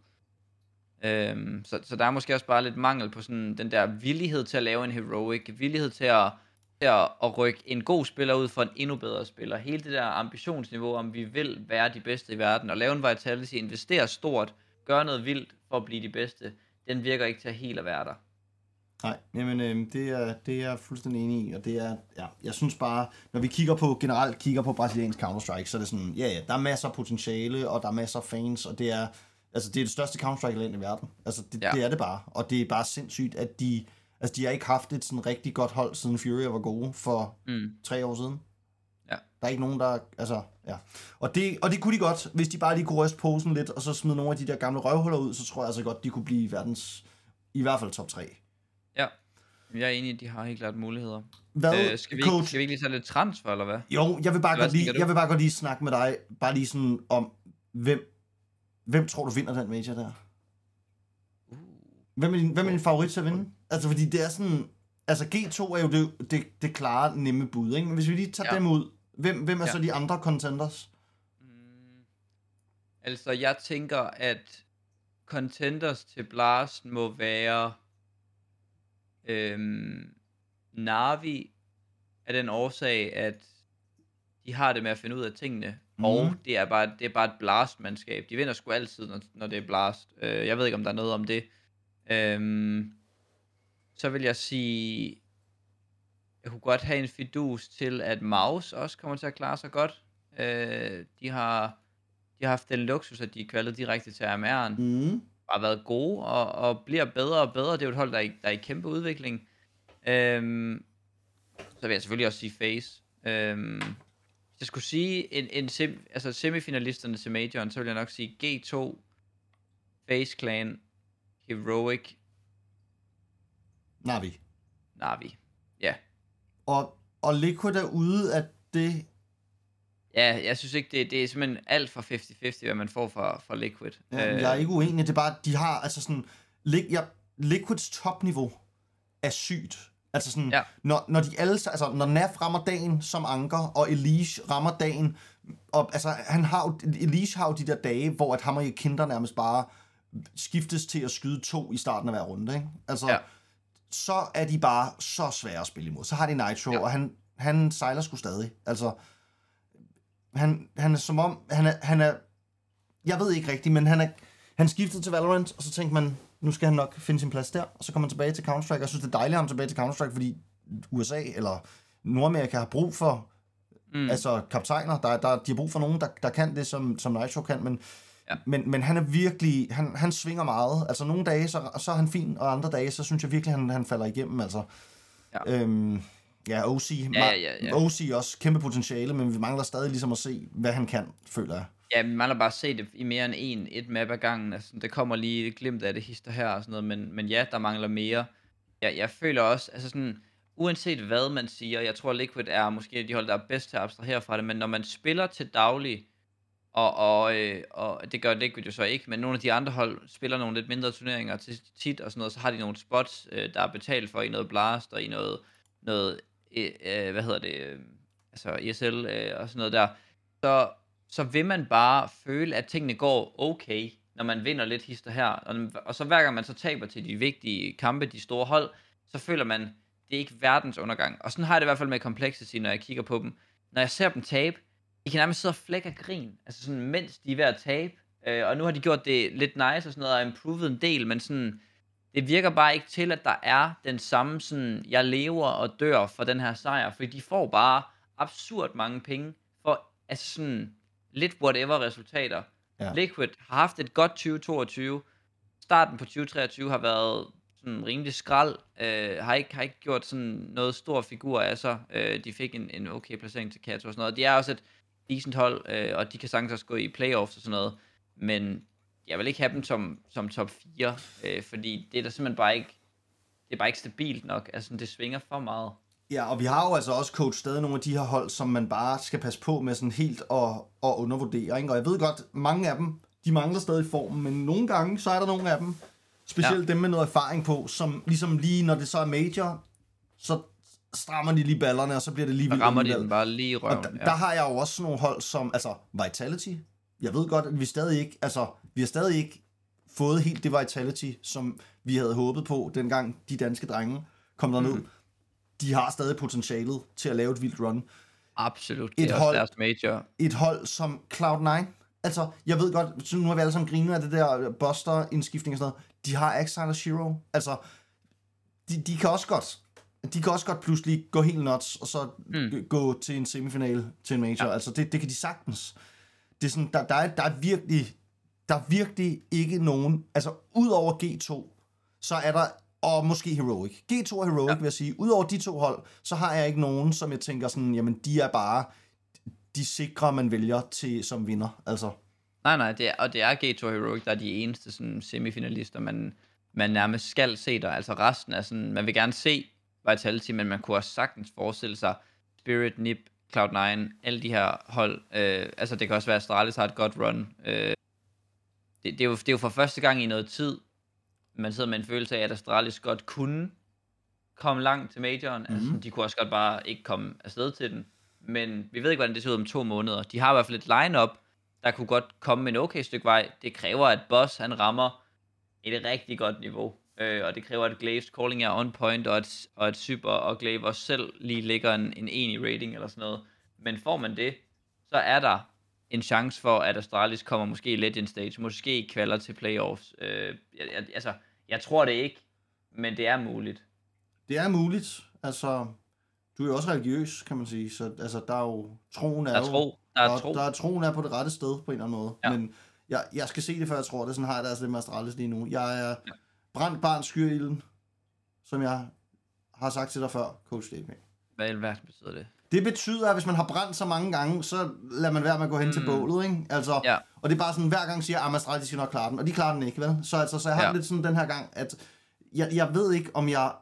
B: Øhm, så, så der er måske også bare lidt mangel på sådan den der villighed til at lave en heroic, villighed til at, til at, at rykke en god spiller ud for en endnu bedre spiller. Hele det der ambitionsniveau, om vi vil være de bedste i verden, og lave en vitality, investere stort, gøre noget vildt for at blive de bedste, den virker ikke til at helt at være der.
A: Nej, jamen øh, det, er, det er jeg fuldstændig enig i, og det er, ja, jeg synes bare, når vi kigger på, generelt kigger på brasiliansk Counter-Strike, så er det sådan, ja ja, der er masser af potentiale, og der er masser af fans, og det er, altså det er det største Counter-Strike-land i verden, altså det, ja. det er det bare, og det er bare sindssygt, at de, altså de har ikke haft et sådan rigtig godt hold, siden Furia var gode for mm. tre år siden.
B: Ja.
A: Der er ikke nogen, der, altså, ja. Og det, og det kunne de godt, hvis de bare lige kunne ryste posen lidt, og så smide nogle af de der gamle røvhuller ud, så tror jeg altså godt, de kunne blive verdens, i hvert fald top tre.
B: Ja, jeg er enig, at de har helt klart muligheder.
A: Hvad,
B: øh, skal, vi ikke, skal vi ikke lige tage lidt transfer, eller hvad?
A: Jo, jeg vil bare, godt lige, jeg vil bare godt lige snakke med dig, bare lige sådan om, hvem, hvem tror du vinder den major der? Uh. Hvem er din, hvem er din favorit til at vinde? Altså, fordi det er sådan, altså G to er jo det, det, det klare, nemme bud, ikke? Men hvis vi lige tager ja. dem ud, hvem, hvem er ja. så de andre contenders?
B: Mm, altså, jeg tænker, at contenders til Blast må være Øhm, Navi af den årsag, at de har det med at finde ud af tingene, mm. og det er bare det er bare et Blast-mandskab. De vinder sgu altid, når, når det er Blast. Øh, jeg ved ikke, om der er noget om det. Øhm, så vil jeg sige, jeg kunne godt have en fidus til, at Mouse også kommer til at klare sig godt. Øh, de har de har haft den luksus, at de er kvalet direkte til R M R'en.
A: Mm.
B: Har været gode og, og bliver bedre og bedre. Det er jo et hold, der er i, der er i kæmpe udvikling. Øhm, så vil jeg selvfølgelig også sige FaZe. Øhm, hvis jeg skulle sige en, en sem, altså semifinalisterne til majoren, så vil jeg nok sige G to, FaZe Clan, Heroic,
A: Navi.
B: Navi, ja.
A: Og, og Liquid er ude af det.
B: Ja, jeg synes ikke, det, det er simpelthen alt for halvtreds halvtreds, hvad man får fra, fra Liquid.
A: Ja, øh, jeg er ikke uenig, det er bare, de har, altså sådan, ja, Liquids topniveau er sygt. Altså sådan, ja. når, når de alle, altså når N A F rammer dagen som anker, og Elige rammer dagen, og altså, han har jo, Elige har jo de der dage, hvor at ham og Kinder nærmest bare skiftes til at skyde to i starten af hver runde, ikke? Altså, ja. så er de bare så svære at spille imod. Så har de Nitro, ja. og han, han sejler sgu stadig, altså. Han, han er som om, han er, han er, jeg ved ikke rigtigt, men han er, han skiftede til Valorant, og så tænkte man, nu skal han nok finde sin plads der, og så kommer han tilbage til Counter-Strike, og jeg synes, det er dejligt at ham tilbage til Counter-Strike, fordi U S A eller Nordamerika har brug for, mm. altså kaptajner, der, der, de har brug for nogen, der, der kan det, som, som Nitro kan, men, ja. men, men han er virkelig, han, han svinger meget, altså nogle dage, så, så er han fin, og andre dage, så synes jeg virkelig, han, han falder igennem, altså. Ja. Øhm, Ja, O C.
B: Ja, ja, ja.
A: O C også kæmpe potentiale, men vi mangler stadig ligesom at se, hvad han kan, føler jeg.
B: Ja, vi mangler bare at se det i mere end en, et map ad gangen. Altså, det kommer lige et glimt af det hister her og sådan noget, men, men ja, der mangler mere. Ja, jeg føler også, altså sådan, uanset hvad man siger, jeg tror Liquid er måske de hold, der er bedst til at abstrahere fra det, men når man spiller til daglig, og, og, øh, og det gør Liquid jo så ikke, men nogle af de andre hold spiller nogle lidt mindre turneringer til tit og sådan noget, så har de nogle spots, øh, der er betalt for i noget Blast og i noget, noget øh, hvad hedder det, øh, altså E S L øh, og sådan noget der, så, så vil man bare føle, at tingene går okay, når man vinder lidt hister her, og, og så hver gang man så taber til de vigtige kampe, de store hold, så føler man, det er ikke verdens undergang. Og sådan har jeg det i hvert fald med Complexity, når jeg kigger på dem. Når jeg ser dem tabe, de kan nærmest sidde og flække af grin, altså sådan, mens de er ved at tabe, øh, og nu har de gjort det lidt nice og sådan noget, og improvet en del, men sådan, det virker bare ikke til, at der er den samme sådan, jeg lever og dør for den her sejr, fordi de får bare absurd mange penge for, altså sådan, lidt whatever resultater. Ja. Liquid har haft et godt tyve toogtyve. Starten på tyve treogtyve har været sådan rimelig skrald. Øh, har, ikke, har ikke gjort sådan noget stor figur af sig. Øh, de fik en, en okay placering til Kato og sådan noget. De er også et decent hold, øh, og de kan sagtens også gå i playoffs og sådan noget. Men jeg vil ikke have dem som, som top fire, øh, fordi det er der simpelthen bare ikke, det er bare ikke stabilt nok. Altså, det svinger for meget.
A: Ja, og vi har jo altså også coach stadig nogle af de her hold, som man bare skal passe på med sådan helt at, at undervurdere. Ikke? Og jeg ved godt, mange af dem, de mangler stadig formen, men nogle gange, så er der nogle af dem, specielt ja. dem med noget erfaring på, som ligesom lige, når det så er major, så strammer de lige ballerne, og så bliver det lige vildt.
B: Så rammer de den bare lige i røven.
A: Og der, ja. der har jeg jo også nogle hold som, altså Vitality. Jeg ved godt, at vi stadig ikke, altså, vi har stadig ikke fået helt det Vitality, som vi havde håbet på, dengang de danske drenge kom derned. Mm. De har stadig potentialet til at lave et vildt run.
B: Absolut, det et er hold, også deres major.
A: Et hold som Cloud nine. Altså, jeg ved godt, så nu har vi alle sammen grinet af det der Buster-indskiftning og sådan noget. De har Exile og Shiro. Altså, de, de kan også godt, de kan også godt pludselig gå helt nuts, og så mm. gå til en semifinal til en major. Ja. Altså, det, det kan de sagtens. Det er sådan, der, der, er, der er virkelig, der er virkelig ikke nogen, altså, ud over G to, så er der, og måske Heroic. G to og Heroic, ja. vil jeg sige. Udover de to hold, så har jeg ikke nogen, som jeg tænker sådan, jamen, de er bare de sikre, man vælger til som vinder, altså.
B: Nej, nej, det er, og det er G to Heroic, der er de eneste sådan, semifinalister, man, man nærmest skal se der. Altså resten er sådan, man vil gerne se Vitality, men man kunne også sagtens forestille sig Spirit, N I P, Cloud nine, alle de her hold. Øh, altså det kan også være, at Astralis har et godt run. Øh, det, det, er jo, det er jo for første gang i noget tid, man sidder med en følelse af, at Astralis godt kunne komme langt til majoren. Mm-hmm. Altså, de kunne også godt bare ikke komme afsted til den. Men vi ved ikke, hvordan det ser ud om to måneder. De har i hvert fald et line-up, der kunne godt komme en okay stykke vej. Det kræver, at Boss han rammer et rigtig godt niveau. Øh, og det kræver, at Glaves calling er on point, og at, og at Super og Glaive også selv lige ligger en, en en i rating eller sådan noget. Men får man det, så er der en chance for, at Astralis kommer måske i Legend Stage, måske kvalder til playoffs. Øh, jeg, jeg, altså, jeg tror det ikke, men det er muligt.
A: Det er muligt. Altså, du er jo også religiøs, kan man sige. Så altså, der er jo, troen er,
B: der er tro.
A: jo,
B: der er,
A: der,
B: tro.
A: der er troen er på det rette sted, på en eller anden måde.
B: Ja.
A: Men jeg, jeg skal se det, før jeg tror det. Sådan har jeg det altså lidt med Astralis lige nu. Jeg er ja. brændt barn skyrilden, som jeg har sagt til dig før, coach D P.
B: Hvad i alverden betyder det?
A: Det betyder, at hvis man har brændt så mange gange, så lader man være med at gå hen mm. til bålet, ikke? Altså,
B: ja.
A: Og det er bare sådan, hver gang siger, at Astralis skal nok klare den, og de klarer den ikke, vel? Så, altså, så jeg har ja. lidt sådan den her gang, at jeg, jeg ved ikke, om jeg...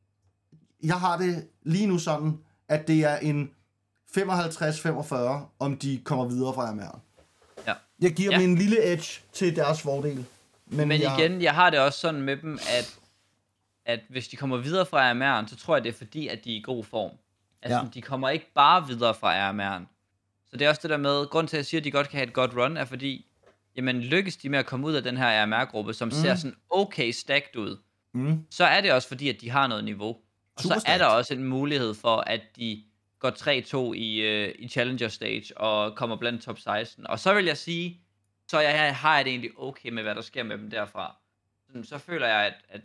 A: Jeg har det lige nu sådan, at det er en femoghalvtreds femogfyrre, om de kommer videre fra M R.
B: Ja.
A: Jeg giver
B: ja.
A: dem en lille edge til deres fordel.
B: Men, Men jeg... igen, jeg har det også sådan med dem, at, at hvis de kommer videre fra M R'en, så tror jeg, det er fordi, at de er i god form. Altså, ja. de kommer ikke bare videre fra M R'en. Så det er også det der med, grund til, at jeg siger, at de godt kan have et godt run, er fordi, jamen, lykkes de med at komme ud af den her R M R-gruppe, som mm. ser sådan okay stacked ud, mm. så er det også fordi, at de har noget niveau. Og så er der også en mulighed for, at de går tre to i, uh, i Challenger Stage og kommer blandt top seksten. Og så vil jeg sige, så jeg har jeg det egentlig okay med, hvad der sker med dem derfra. Så, så føler jeg, at, at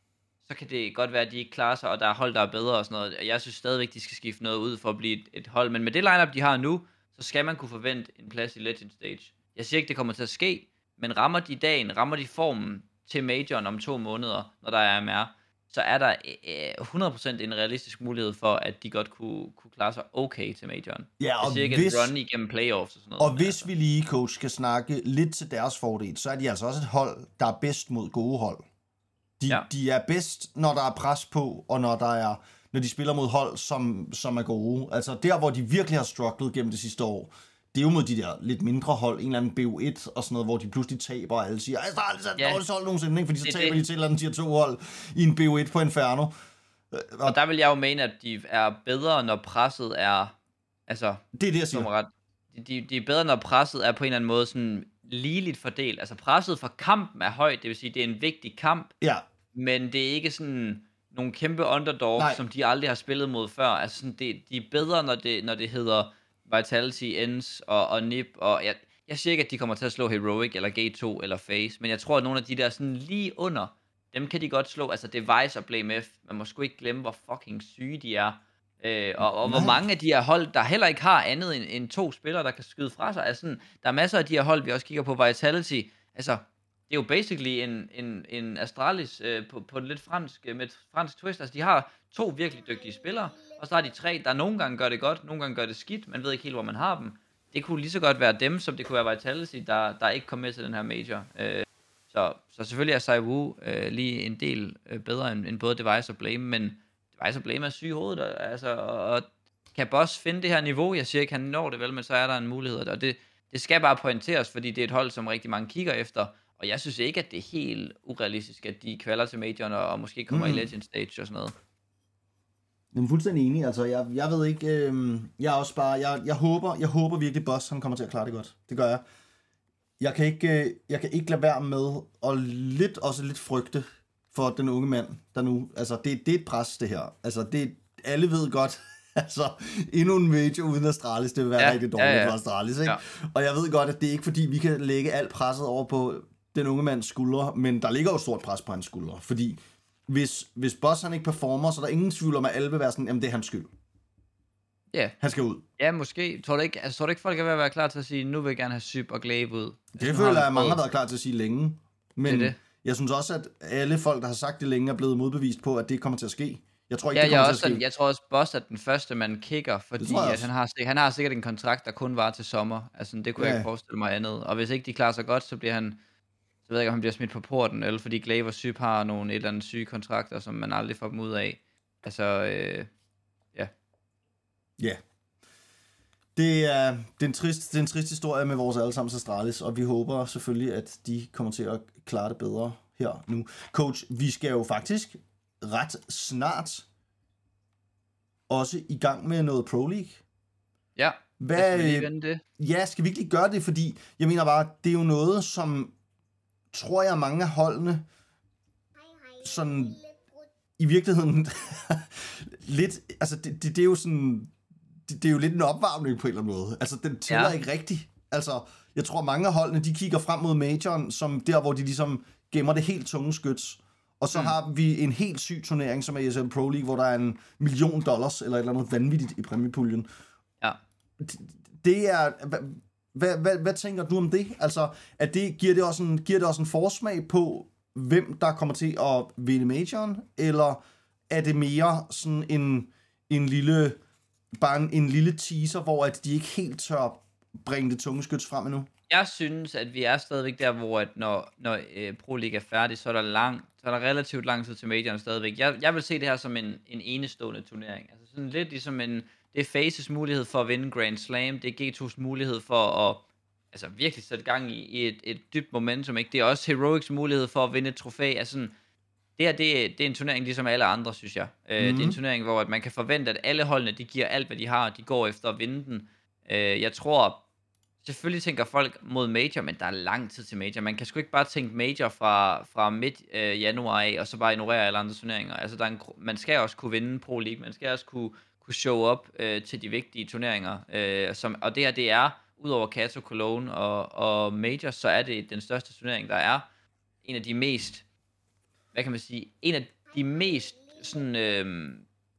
B: så kan det godt være, at de ikke klarer sig, og der er hold, der er bedre og sådan noget. Jeg synes stadigvæk, de skal skifte noget ud for at blive et, et hold. Men med det lineup, de har nu, så skal man kunne forvente en plads i Legend Stage. Jeg siger ikke, det kommer til at ske, men rammer de dagen, rammer de formen til majoren om to måneder, når der er M R, så er der hundrede procent en realistisk mulighed for, at de godt kunne, kunne klare sig okay til majoren.
A: Ja, og
B: jeg siger ikke
A: hvis,
B: et run igennem playoffs og sådan noget.
A: Og hvis altså. vi lige, coach, skal snakke lidt til deres fordel, så er de altså også et hold, der er bedst mod gode hold. De, ja. de er bedst, når der er pres på, og når der er når de spiller mod hold, som, som er gode. Altså der, hvor de virkelig har strugglet gennem det sidste år, det er jo mod de der lidt mindre hold, en eller anden B O et og sådan noget, hvor de pludselig taber, og alle siger, at der er aldrig sat dårligt hold nogensinde, ikke? Fordi så det, taber det. de til et eller andet tier to hold i en B O et på Inferno.
B: Og, og der vil jeg jo mene, at de er bedre, når presset er, altså...
A: Det er det, jeg siger.
B: Ret, de, de er bedre, når presset er på en eller anden måde sådan ligeligt fordelt. Altså presset for kampen er højt, det vil sige, det er en vigtig kamp,
A: ja.
B: Men det er ikke sådan nogle kæmpe underdogs, Nej. som de aldrig har spillet mod før. Altså sådan, det, de er bedre, når det, når det hedder Vitality, Ends og, og N I P, og jeg, jeg siger ikke, at de kommer til at slå Heroic, eller G to, eller FaZe, men jeg tror, at nogle af de der sådan lige under, dem kan de godt slå. Altså Device og Blame F, man må sgu ikke glemme, hvor fucking syge de er. Øh, og, og hvor
A: Nej.
B: mange af de her hold, der heller ikke har andet end, end to spillere, der kan skyde fra sig. Altså sådan, der er masser af de her hold, vi også kigger på Vitality. Altså, det er jo basically en, en, en Astralis øh, på, på en lidt fransk, med et fransk twist. Altså, de har to virkelig dygtige spillere, og så har de tre, der nogle gange gør det godt, nogle gange gør det skidt. Man ved ikke helt, hvor man har dem. Det kunne lige så godt være dem, som det kunne være Vitality, der, der ikke kom med til den her major. Øh, så, så selvfølgelig er Saiwu øh, lige en del øh, bedre end, end både Device og Blame, men Device og Blame er syg i hovedet, og, altså, og kan Boss finde det her niveau? Jeg siger ikke, han når det vel, men så er der en mulighed, og det, det skal bare pointeres, fordi det er et hold, som rigtig mange kigger efter, og jeg synes ikke, at det er helt urealistisk, at de kvalder til majoren, og, og måske kommer mm. i Legend Stage og sådan noget.
A: Jeg er fuldstændig enig, altså jeg, jeg ved ikke, øh, jeg er også bare, jeg, jeg håber, jeg håber virkelig Boss, han kommer til at klare det godt, det gør jeg. Jeg kan ikke, øh, jeg kan ikke lade være med, og lidt, også lidt frygte for den unge mand, der nu, altså det, det er et pres det her, altså det, alle ved godt, altså endnu en major uden Astralis, det vil være ja, rigtig dårligt ja, ja. for Astralis, ikke? Ja. Og jeg ved godt, at det er ikke fordi, vi kan lægge alt presset over på den unge mands skuldre, men der ligger jo stort pres på hans skuldre, fordi hvis, hvis Boss han ikke performer, så er der ingen tvivl om, at alle vil være sådan, jamen det er hans skyld. Ja. Yeah. Han skal ud.
B: Ja, måske. Tror du ikke, altså, tror du ikke folk er ved at være klar til at sige, nu vil jeg gerne have Syb og Glaive ud?
A: Det altså, føler jeg, at mange har været klar til at sige længe. Men det det. Jeg synes også, at alle folk, der har sagt det længe, er blevet modbevist på, at det kommer til at ske. Jeg tror ikke,
B: ja,
A: det kommer
B: jeg
A: til
B: også,
A: at ske.
B: Jeg tror også, Boss er den første, man kigger, fordi at han, har, han har sikkert en kontrakt, der kun var til sommer. Altså, det kunne ja. jeg ikke forestille mig andet. Og hvis ikke de klarer sig godt, så bliver han... Så ved jeg ikke, om han bliver smidt på porten, eller fordi Glaive og Syb har nogle et eller andet syge kontrakter, som man aldrig får dem ud af. Altså, øh, ja.
A: Ja. Det er, det, er en trist, det er en trist historie med vores allesammens Astralis, og vi håber selvfølgelig, at de kommer til at klare det bedre her nu. Coach, vi skal jo faktisk ret snart også i gang med noget Pro League.
B: Ja,
A: Hvad,
B: skal vi lige vende det?
A: Ja, skal vi ikke lige gøre det, fordi jeg mener bare, det er jo noget, som tror jeg mange af holdene sådan i virkeligheden lidt, altså det, det, det er jo sådan, det, det er jo lidt en opvarmning på en eller anden måde. Altså den tæller ja. ikke rigtigt. Altså jeg tror mange af holdene, de kigger frem mod majoren, som der, hvor de ligesom gemmer det helt tunge skyts. Og så mm. har vi en helt syg turnering, som er E S L Pro League, hvor der er en million dollars, eller et eller andet vanvittigt i præmiepuljen.
B: Ja.
A: Det, det er... Hvad, hvad, hvad tænker du om det? Altså, at det, giver, det også en, giver det også en forsmag på, hvem der kommer til at vinde majoren? Eller er det mere sådan en, en lille, bare en, en lille teaser, hvor at de ikke helt tør bringe det tunge skyts frem endnu?
B: Jeg synes, at vi er stadigvæk der, hvor at når, når øh, Pro League er færdig, så er der lang, så er der relativt lang tid til majoren stadigvæk. Jeg, jeg vil se det her som en, en enestående turnering. Altså sådan lidt ligesom en... Det er Faces mulighed for at vinde Grand Slam. Det er G to's mulighed for at altså, virkelig sætte gang i, i et, et dybt momentum. Ikke? Det er også Heroics mulighed for at vinde et trofæ. Altså, sådan, det her det er, det er en turnering ligesom alle andre, synes jeg. Mm-hmm. Uh, det er en turnering, hvor at man kan forvente, at alle holdene de giver alt, hvad de har. De går efter at vinde den. Uh, jeg tror, selvfølgelig tænker folk mod Major, men der er lang tid til Major. Man kan sgu ikke bare tænke Major fra, fra midt uh, januar af, og så bare ignorere alle andre turneringer. Altså, der er en, man skal også kunne vinde Pro League. Man skal også kunne kunne show op øh, til de vigtige turneringer. Øh, som, og det her, det er, udover Kato, Cologne og, og Major, så er det den største turnering, der er. En af de mest, hvad kan man sige, en af de mest, sådan, øh,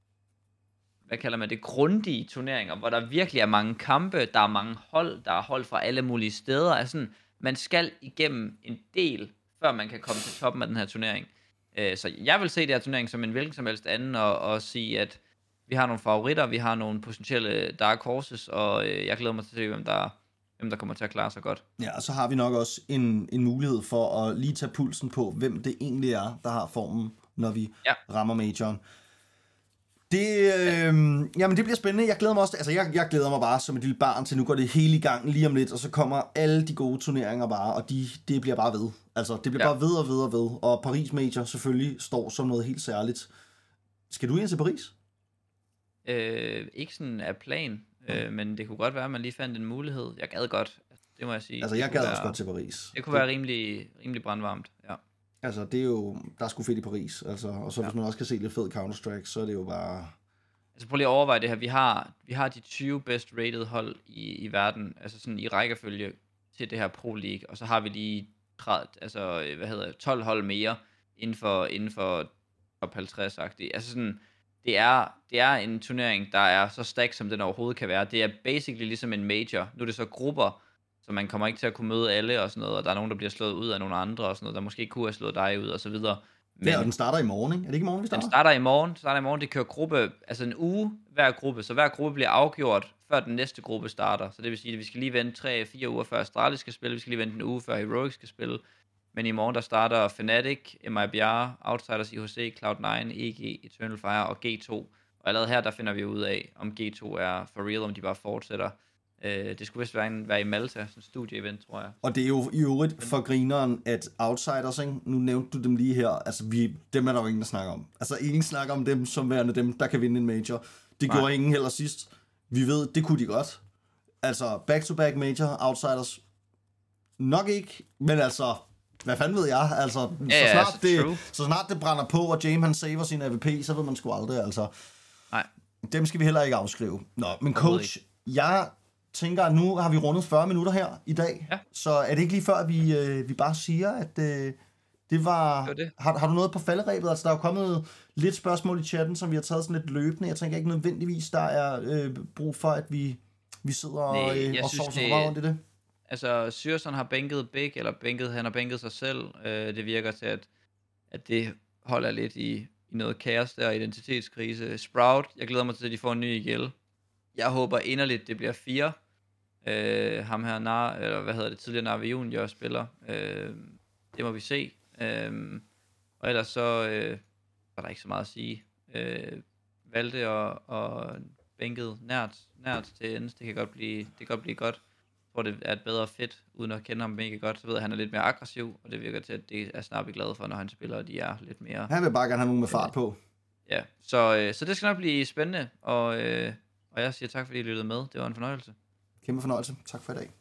B: hvad kalder man det, grundige turneringer, hvor der virkelig er mange kampe, der er mange hold, der er hold fra alle mulige steder. Altså, man skal igennem en del, før man kan komme til toppen af den her turnering. Øh, så jeg vil se det her turnering som en hvilken som helst anden, og, og sige, at vi har nogle favoritter, vi har nogle potentielle dark horses, og øh, jeg glæder mig til at se, hvem der, hvem der kommer til at klare sig godt.
A: Ja, og så har vi nok også en, en mulighed for at lige tage pulsen på, hvem det egentlig er, der har formen, når vi ja. rammer majoren. Det, øh, jamen det bliver spændende. Jeg glæder mig også, altså jeg, jeg glæder mig bare som et lille barn til, nu går det hele i gang lige om lidt, og så kommer alle de gode turneringer bare, og de, det bliver bare ved. Altså det bliver ja. bare ved og ved og ved, og Paris Major selvfølgelig står som noget helt særligt. Skal du ind til Paris?
B: Øh, ikke sådan af plan, øh, men det kunne godt være, at man lige fandt en mulighed. Jeg gad godt, det må jeg sige.
A: Altså, jeg gad være, også godt til Paris.
B: Det kunne det, være rimelig, rimelig brandvarmt, ja.
A: Altså, det er jo, der er sgu fedt i Paris, altså, og så ja. hvis man også kan se lidt fed Counter-Strike, så er det jo bare...
B: Altså, prøv lige at overveje det her. Vi har, vi har de tyve best rated hold i, i verden, altså sådan i rækkefølge til det her Pro League, og så har vi lige tredive, altså, hvad hedder tolv hold mere inden for, inden for top halvtreds-agtigt. Altså sådan... det er, det er en turnering, der er så stack, som den overhovedet kan være. Det er basically ligesom en major. Nu er det så grupper, så man kommer ikke til at kunne møde alle og sådan noget, og der er nogen, der bliver slået ud af nogle andre og sådan noget, der måske kunne have slået dig ud og så videre.
A: Men ja, og den starter i morgen, ikke? Er det ikke i morgen, vi starter?
B: Den starter i morgen, starter i morgen, det kører gruppe, altså en uge hver gruppe, så hver gruppe bliver afgjort, før den næste gruppe starter. Så det vil sige, at vi skal lige vente tre fire uger før Astralis skal spille, vi skal lige vente en uge før Heroic skal spille. Men i morgen, der starter Fnatic, M I B R, Outsiders, I H C, Cloud nine, E G, Eternal Fire og G to. Og allerede her, der finder vi ud af, om G to er for real, om de bare fortsætter. Det skulle vist være, en, være i Malta, sådan en studie-event, tror jeg.
A: Og det er jo i øvrigt for grineren, at Outsiders, ikke? Nu nævnte du dem lige her, altså vi, dem er der jo ingen, der snakker om. Altså ingen snakker om dem som værende dem, der kan vinde en major. Det Nej. gjorde ingen heller sidst. Vi ved, det kunne de godt. Altså back-to-back major, Outsiders, nok ikke, men altså, hvad fanden ved jeg? Altså,
B: ja,
A: så, snart
B: ja,
A: det, så snart det brænder på, og James han saver sin A V P, så ved man sgu aldrig, altså.
B: Nej.
A: Dem skal vi heller ikke afskrive. Nå, men coach, jeg tænker, at nu har vi rundet fyrre minutter her i dag,
B: ja.
A: Så er det ikke lige før, at vi, øh, vi bare siger, at øh, det var...
B: Det var det.
A: Har, har du noget på falderebet? Altså, der er jo kommet lidt spørgsmål i chatten, som vi har taget sådan lidt løbende. Jeg tænker ikke nødvendigvis, der er øh, brug for, at vi, vi sidder og,
B: Nej,
A: øh, og sover så meget rundt i det.
B: Altså, Syrson har bænket Big, eller bænket, han har bænket sig selv. Øh, det virker til, at, at det holder lidt i, i noget kaos der, identitetskrise. Sprout, jeg glæder mig til, at de får en ny I G L. Jeg håber inderligt, det bliver fire. Øh, ham her, Nar, eller hvad hedder det, tidligere Narvi Junior spiller. Øh, det må vi se. Øh, og ellers så øh, var der ikke så meget at sige. Øh, valgte og, og bænket nært, nært til ends. Det kan godt blive, det kan godt blive godt. Jeg tror, det er et bedre fedt, uden at kende ham mega godt. Så ved jeg, at han er lidt mere aggressiv, og det virker til, at det er Snappy glad for, når han spiller, og de er lidt mere...
A: Han vil bare gerne have nogen med fart på.
B: Ja, så, øh, så det skal nok blive spændende, og, øh, og jeg siger tak, fordi I lyttede med. Det var en fornøjelse.
A: Kæmpe fornøjelse. Tak for i dag.